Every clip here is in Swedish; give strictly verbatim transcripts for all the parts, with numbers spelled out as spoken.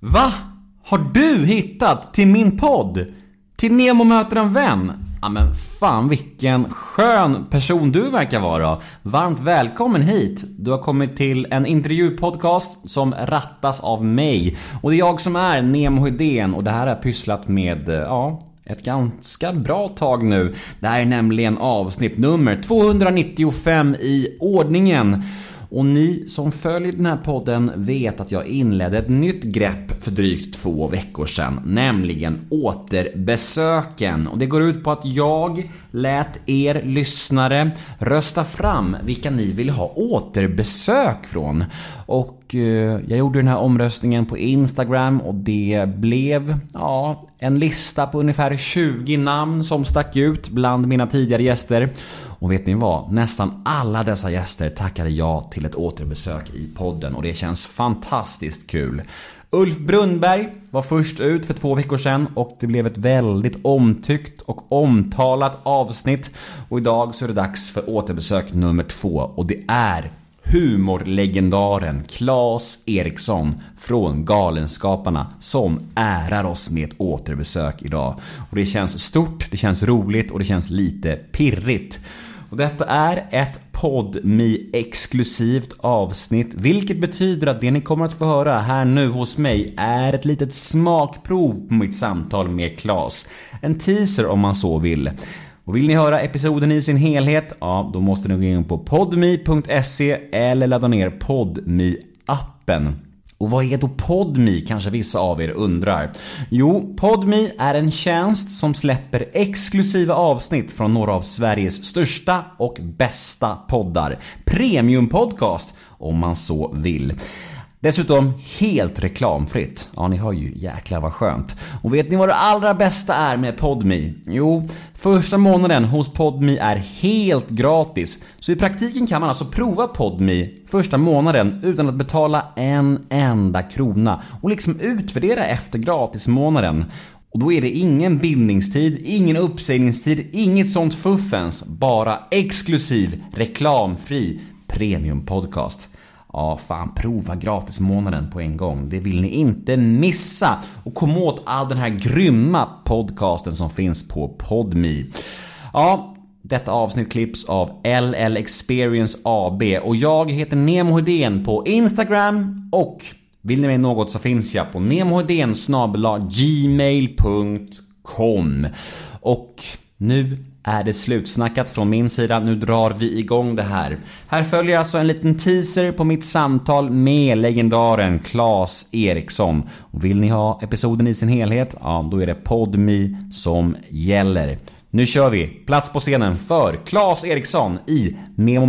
Va? Har du hittat till min podd? Till Nemo möter en vän? Ja men fan vilken skön person du verkar vara. Varmt välkommen hit. Du har kommit till en intervjupodcast som rattas av mig. Och det är jag som är Nemo Hedén. Och det här har pysslat med, ja, ett ganska bra tag nu. Det här är nämligen avsnitt nummer tvåhundranittiofem i ordningen. Och ni som följer den här podden vet att jag inledde ett nytt grepp för drygt två veckor sedan, nämligen återbesöken. Och det går ut på att jag lät er lyssnare rösta fram vilka ni vill ha återbesök från. Och eh, jag gjorde den här omröstningen på Instagram och det blev ja, en lista på ungefär tjugo namn som stack ut bland mina tidigare gäster. Och vet ni vad? Nästan alla dessa gäster tackade ja till ett återbesök i podden och det känns fantastiskt kul. Ulf Brunnberg var först ut för två veckor sedan och det blev ett väldigt omtyckt och omtalat avsnitt. Och idag så är det dags för återbesök nummer två och det är humorlegendaren Claes Eriksson från Galenskaparna som ärar oss med ett återbesök idag. Och det känns stort, det känns roligt och det känns lite pirrigt. Och detta är ett PodMe-exklusivt avsnitt, vilket betyder att det ni kommer att få höra här nu hos mig är ett litet smakprov på mitt samtal med Claes. En teaser om man så vill. Och vill ni höra episoden i sin helhet, ja då måste ni gå in på podme punkt se eller ladda ner PodMe-appen. Och vad är då PodMe, kanske vissa av er undrar? Jo, PodMe är en tjänst som släpper exklusiva avsnitt från några av Sveriges största och bästa poddar. Premiumpodcast, om man så vill. Dessutom helt reklamfritt. Ja, ni hör ju, jäklar vad skönt. Och vet ni vad det allra bästa är med PodMe? Jo, första månaden hos PodMe är helt gratis. Så i praktiken kan man alltså prova PodMe första månaden utan att betala en enda krona. Och liksom utvärdera efter gratismånaden. Och då är det ingen bindningstid, ingen uppsägningstid, inget sånt fuffens. Bara exklusiv, reklamfri premiumpodcast. Ja, fan, prova gratis månaden på en gång. Det vill ni inte missa. Och kom åt all den här grymma podcasten som finns på PodMe. Ja, detta avsnitt klipps av L L Experience A B. Och jag heter Nemo Hedén på Instagram. Och vill ni med något så finns jag på nemohedén snabel-a gmail punkt com. Och nu är det slutsnackat från min sida. Nu drar vi igång det här. Här följer alltså en liten teaser på mitt samtal med legendaren Claes Eriksson. Och vill ni ha episoden i sin helhet, ja då är det PodMe som gäller. Nu kör vi. Plats på scenen för Claes Eriksson i Nemo.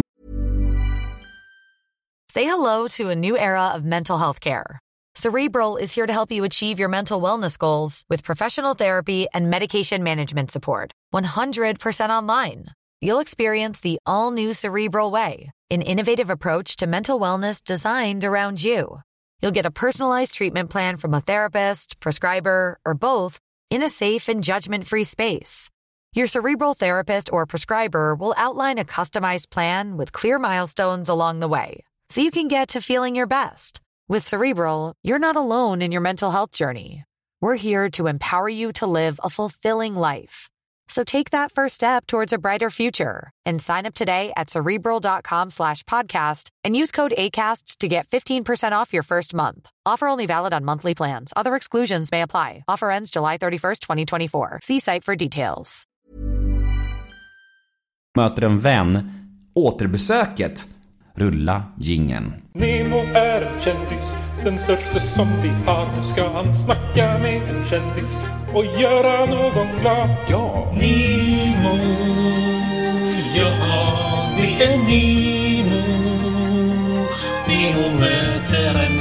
Say hello to a new era of mental health care. Cerebral is here to help you achieve your mental wellness goals with professional therapy and medication management support. one hundred percent online. You'll experience the all-new Cerebral Way, an innovative approach to mental wellness designed around you. You'll get a personalized treatment plan from a therapist, prescriber, or both in a safe and judgment-free space. Your Cerebral therapist or prescriber will outline a customized plan with clear milestones along the way, so you can get to feeling your best. With Cerebral, you're not alone in your mental health journey. We're here to empower you to live a fulfilling life. So take that first step towards a brighter future and sign up today at Cerebral.com slash podcast and use code ACAST to get fifteen percent off your first month. Offer only valid on monthly plans. Other exclusions may apply. Offer ends July thirty-first, twenty twenty-four. See site for details. Möter en vän. Återbesöket. Rulla jingeln. Nemo är en kändis, den största som vi har. Nu ska han snacka med en kändis och göra någon glad. Ja, Nemo, ja det är Nemo. Nemo möter en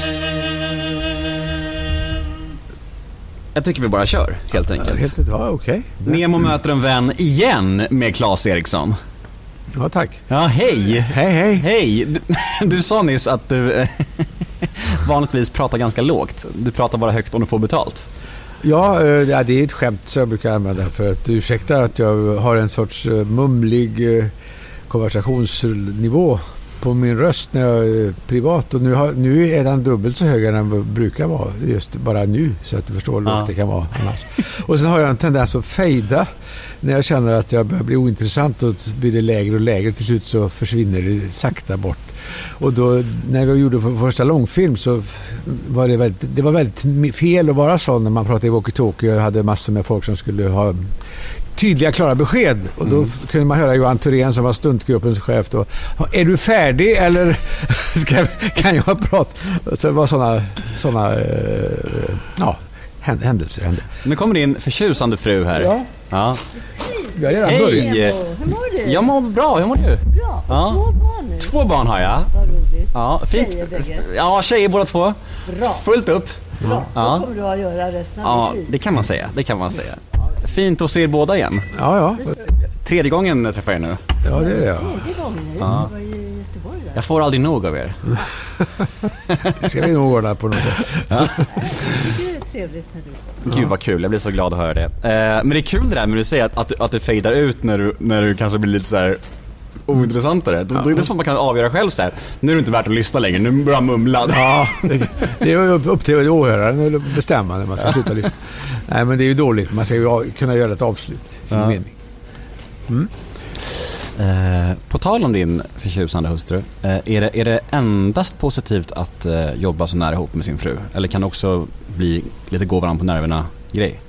vän. Jag tycker vi bara kör, helt enkelt. Ja, helt, ja, okej. Okay. Nemo möter en vän igen med Claes Eriksson. Ja, tack. Ja, hej. Hej, hej. Hej. Du, du sa nyss att du vanligtvis pratar ganska lågt. Du pratar bara högt om du får betalt. Ja, det är ett skämt som jag brukar använda för att ursäkta att jag har en sorts mumlig konversationsnivå. på min röst när jag är privat. Och nu, har, nu är den dubbelt så hög än den brukar vara. Just bara nu, så att du förstår hur lågt det kan vara annars. Och sen har jag en tendens att fejda. När jag känner att jag börjar bli ointressant och blir det lägre och lägre. Till slut så försvinner det sakta bort. Och då, när jag gjorde för första långfilm så var det väldigt, det var väldigt fel att vara sån när man pratade i walkie-talkie. Jag hade massor med folk som skulle ha tydliga, klara besked. Och då mm. kunde man höra Johan Thorén som var stuntgruppens chef då. Är du färdig eller ska, kan jag prata? Så det var sådana såna, eh, ja, händelser hände. Nu kommer din förtjusande fru här. Ja. Ja. Jag är Hej! Hur mår du? Jag mår bra, hur mår du? Bra, Ja. två barn nu. Två barn har jag. Vad roligt. Ja, fint. Tjejer bägge. Ja, tjejer båda två. Bra. Fullt upp. Bra, Ja. då kommer du att göra resten av Ja, ditt liv. det kan man säga. Det kan man säga. Fint att se er båda igen. Ja, ja. Tredje gången jag träffar er nu. Ja, det är jag. Tredje gången, jag ja. var i Göteborg där. Jag får aldrig nog av er. Det ska vi nog ordna på något sätt. Ja. Jag tycker det är trevligt när du... Gud vad kul, jag blir så glad att höra det. Eh, men det är kul det där med du säger att, att, att det fejdar ut när du, när du kanske blir lite så här ointressantare. Då, då är det som man kan avgöra själv så här. Nu är det inte värt att lyssna längre, nu börjar jag mumla. Ja, det, det är upp, upp till åhöraren att bestämma när man ska sluta lyssna. Nej, men det är ju dåligt. Man ska ju kunna göra ett avslut i sin ja. mening. Mm. Eh, på tal om din förtjusande hustru, eh, är, det, är det endast positivt att eh, jobba så nära ihop med sin fru? Eller kan det också bli lite gå varandra på nerverna grej?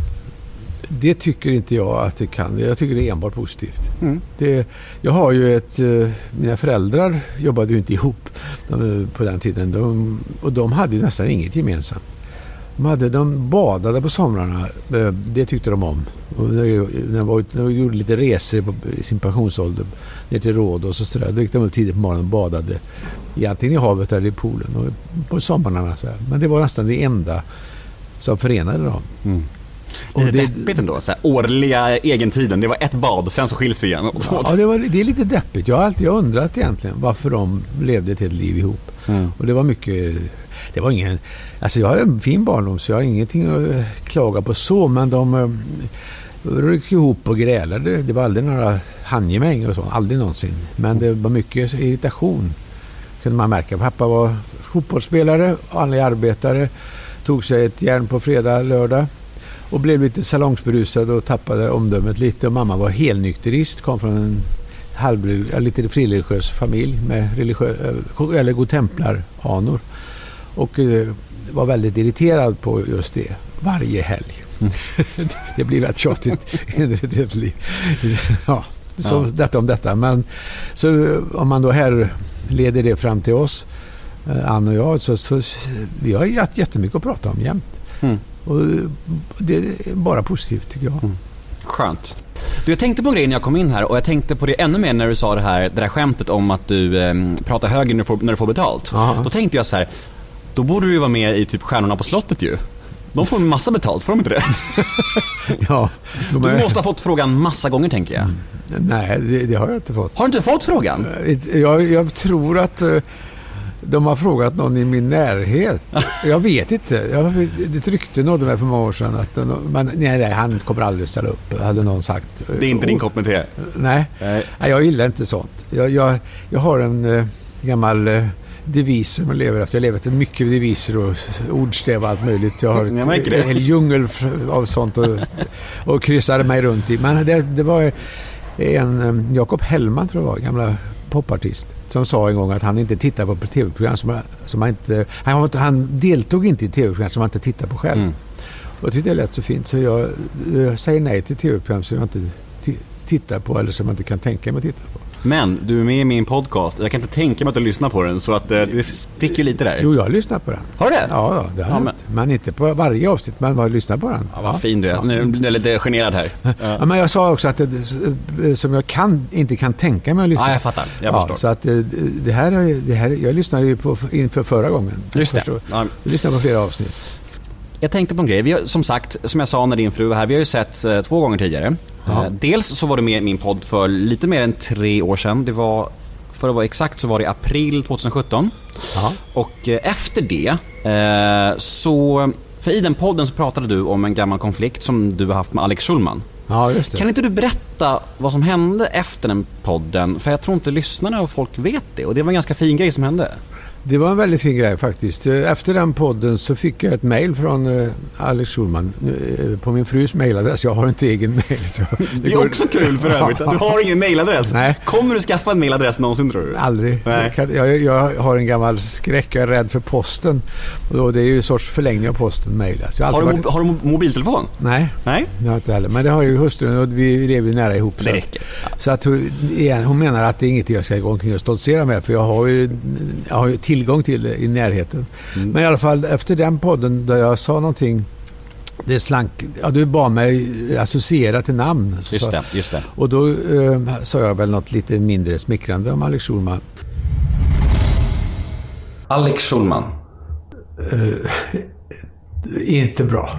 Det tycker inte jag att det kan. Jag tycker det är enbart positivt. Mm. Det, jag har ju ett... Mina föräldrar jobbade ju inte ihop de, på den tiden. De, och de hade ju nästan inget gemensamt. De, hade, de badade på somrarna. Det tyckte de om. Och när de, var, när de gjorde lite resor på, i sin pensionsålder ner till Rhodos och så där, då gick de upp tidigt på morgonen och badade i antingen i havet eller i poolen och på somrarna. Så här. Men det var nästan det enda som förenade dem. Mm. Och det är deppigt ändå, så här, årliga egentiden. Det var ett bad och sen så skiljs vi igen. Ja, det, var, det är lite deppigt. Jag har alltid undrat egentligen varför de levde ett helt liv ihop. Mm. Och det var mycket... Det var ingen... Alltså jag har en fin barndom så jag har ingenting att klaga på så, men de ryckte ihop och grälade. Det var aldrig några handgemäng och så, aldrig någonsin. Men det var mycket irritation kunde man märka. Pappa var fotbollsspelare, alla arbetare, tog sig ett järn på fredag, lördag och blev lite salongsberusad och tappade omdömet lite. Och mamma var helnykterist, kom från en halv, lite frireligiös familj med religiös, eller godtemplar-anor. Och eh, var väldigt irriterad på just det varje helg. Mm. Det blir rätt tjatigt i ett liv. Ja, så ja. Detta om detta. Men så om man då här leder det fram till oss, Ann och jag, så, så vi har haft jättemycket att prata om jämt. Mm. Och det är bara positivt tycker jag. Mm. Skönt. Du, jag tänkte på grejen när jag kom in här och jag tänkte på det ännu mer när du sa det här, det där skämtet om att du eh, pratar högre när du får, när du får betalt. Aha. Då tänkte jag så här, då borde du ju vara med i typ Stjärnorna på slottet ju. De får en massa betalt, får de inte det? Ja. De är... Du måste ha fått frågan massa gånger, tänker jag. Mm. Nej, det, det har jag inte fått. Har du inte fått frågan? Jag, jag tror att uh, de har frågat någon i min närhet. Jag vet inte. Jag, det tryckte någon där för många år sedan. Att, men nej, nej, han kommer aldrig att ställa upp, hade någon sagt. Det är inte din kopp med te? Nej, nej. Jag gillar inte sånt. Jag, jag, jag har en uh, gammal... Uh, deviser man lever efter. Jag lever efter mycket deviser och ordstäv och allt möjligt. Jag har ett, jag en hel djungel av sånt och, och kryssade mig runt i. Men det, det var en Jakob Hellman, tror jag var, gamla popartist, som sa en gång att han inte tittar på tv-program som, som han inte... Han, han deltog inte i tv-program som han inte tittar på själv. Mm. Och jag tyckte det lät så fint. Så jag, jag säger nej till tv-program som jag inte t- tittar på eller som jag inte kan tänka mig att titta på. Men du är med i min podcast. Jag kan inte tänka mig att du lyssnar på den. Så att eh, det fick ju lite där. Jo, jag har lyssnat på den. Har du det? Ja, ja det har ja, men... men inte på varje avsnitt. Men jag lyssnar på den. Ja, vad fin du är. Nu blir jag lite generad här. Ja, men jag sa också att det, som jag kan, inte kan tänka mig att lyssna. Ja, jag fattar. Jag ja, förstår. Så att det här, det här... Jag lyssnade ju på inför förra gången. Just det. Ja. Jag lyssnade på flera avsnitt. Jag tänkte på en grej. Vi har, som sagt, som jag sa när din fru var här, vi har ju sett eh, två gånger tidigare. Ja. Eh, dels så var du med i min podd för lite mer än tre år sedan. Det var, för att vara exakt så var det i april tjugohundrasjutton. Ja. Och eh, efter det eh, så... För i den podden så pratade du om en gammal konflikt som du har haft med Alex Schulman. Ja, just det. Kan inte du berätta vad som hände efter den podden? För jag tror inte lyssnarna och folk vet det. Och det var en ganska fin grej som hände. Det var en väldigt fin grej faktiskt. Efter den podden så fick jag ett mejl från uh, Alex Schulman uh, på min frus mejladress. Jag har inte egen mejl. Det, det är går... också kul för övrigt att du har ingen mejladress. Nej. Kommer du skaffa en mejladress någonsin, tror du? Aldrig. Nej. Jag, jag, jag har en gammal skräck. Jag är rädd för posten. Och då, det är ju en sorts förlängning av posten, mejl. Alltså, har, du, varit... har du mobiltelefon? Nej. Nej. Jag har inte heller. Men det har ju hustrun och vi lever nära ihop. Det räcker. Ja. Så att hon, hon menar att det är inget jag ska gå omkring och stoltsera med. För jag har ju, jag har ju tillgång till det i närheten. Mm. Men i alla fall efter den podden där jag sa någonting, det slank, ja, du bad mig associera till namn. Just det, just det. Och då eh, sa jag väl något lite mindre smickrande om Alex Schulman. Alex Schulman. Uh, inte bra.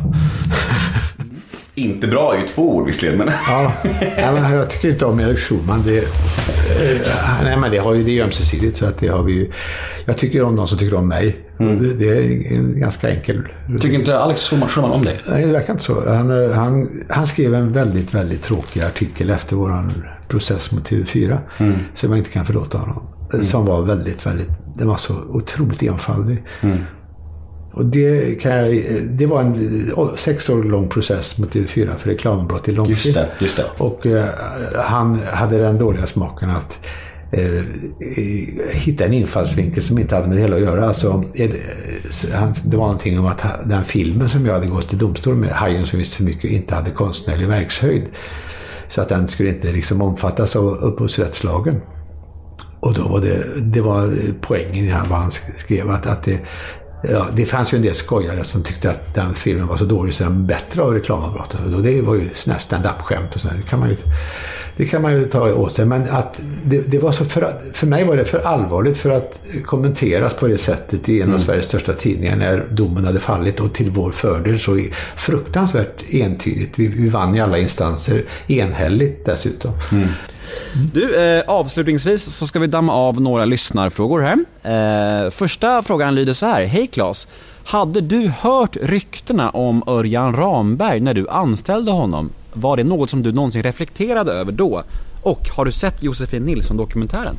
Inte bra är ju två ord visserligen, men... ja, men jag tycker inte om Alex Schulman. Det, eh, nej, men det har ju det är ömsesidigt, så att det har vi ju, jag tycker om någon som tycker om mig. Mm. Det, det är en ganska enkel... Tycker inte Alex Schulman om dig? Nej, det verkar inte så. Han, han, han skrev en väldigt, väldigt tråkig artikel efter våran process mot T V fyra mm. som jag inte kan förlåta honom. Mm. Som var väldigt, väldigt... Den var så otroligt enfaldig. Mm. Och det, kan jag, det var en sex år lång process mot T V fyra för reklambrott i långtid. Just det, just det. Och eh, han hade den dåliga smaken att eh, hitta en infallsvinkel som inte hade med det hela att göra. Alltså, eh, han, det var någonting om att den filmen som jag hade gått till domstol med, Hajen som visste för mycket, inte hade konstnärlig verkshöjd. Så att den skulle inte liksom omfattas av upphovsrättslagen. Och då var det, det var poängen i vad han skrev, att, att det Ja, det fanns ju en del skojare som tyckte att den filmen var så dålig så den bättre av reklamavbrotten. Och det var ju sån här stand-up-skämt och sånt. Det kan man ju, det kan man ju ta åt sig. Men att det, det var så för, för mig var det för allvarligt för att kommenteras på det sättet i en mm. av Sveriges största tidningar när domen hade fallit, och till vår fördel så fruktansvärt entydigt. Vi, vi vann i alla instanser enhälligt dessutom. Mm. Du, eh, avslutningsvis så ska vi damma av några lyssnarfrågor här. Eh, första frågan lyder så här. Hej Claes, hade du hört ryktena om Örjan Ramberg när du anställde honom? Var det något som du någonsin reflekterade över då? Och har du sett Josefin Nilsson-dokumentären?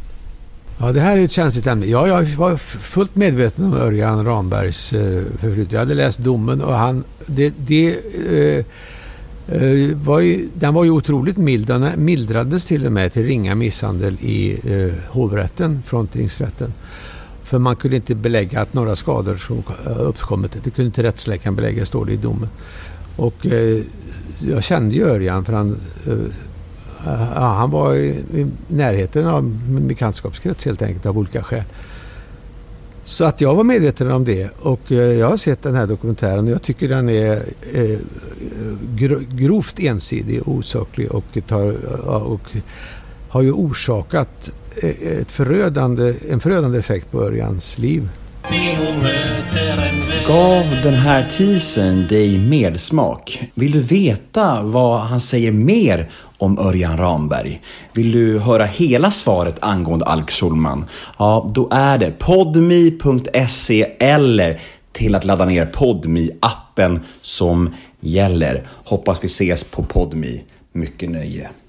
Ja, det här är ett känsligt ämne. Ja, jag var fullt medveten om Örjan Rambergs eh, förflytt. Jag hade läst domen och han... Det... det eh, Var ju, den var ju otroligt mild. Den mildrades till och med till ringa misshandel i eh, hovrätten från tingsrätten. För man kunde inte belägga att några skador som uppkommit. Det kunde inte rättsläkaren belägga, står det i domen. Och eh, jag kände ju Örjan för han, eh, han var i, i närheten av min bekantskapskrets helt enkelt av olika skäl. Så att jag var medveten om det, och jag har sett den här dokumentären och jag tycker den är eh, grovt ensidig, osaklig och, tar, och har ju orsakat ett förödande, en förödande effekt på Örjans liv. Gav den här teasern dig medsmak? Vill du veta vad han säger mer om Örjan Ramberg? Vill du höra hela svaret angående Alex Schulman? Ja, då är det podme punkt se eller till att ladda ner Podme-appen som gäller. Hoppas vi ses på Podme. Mycket nöje.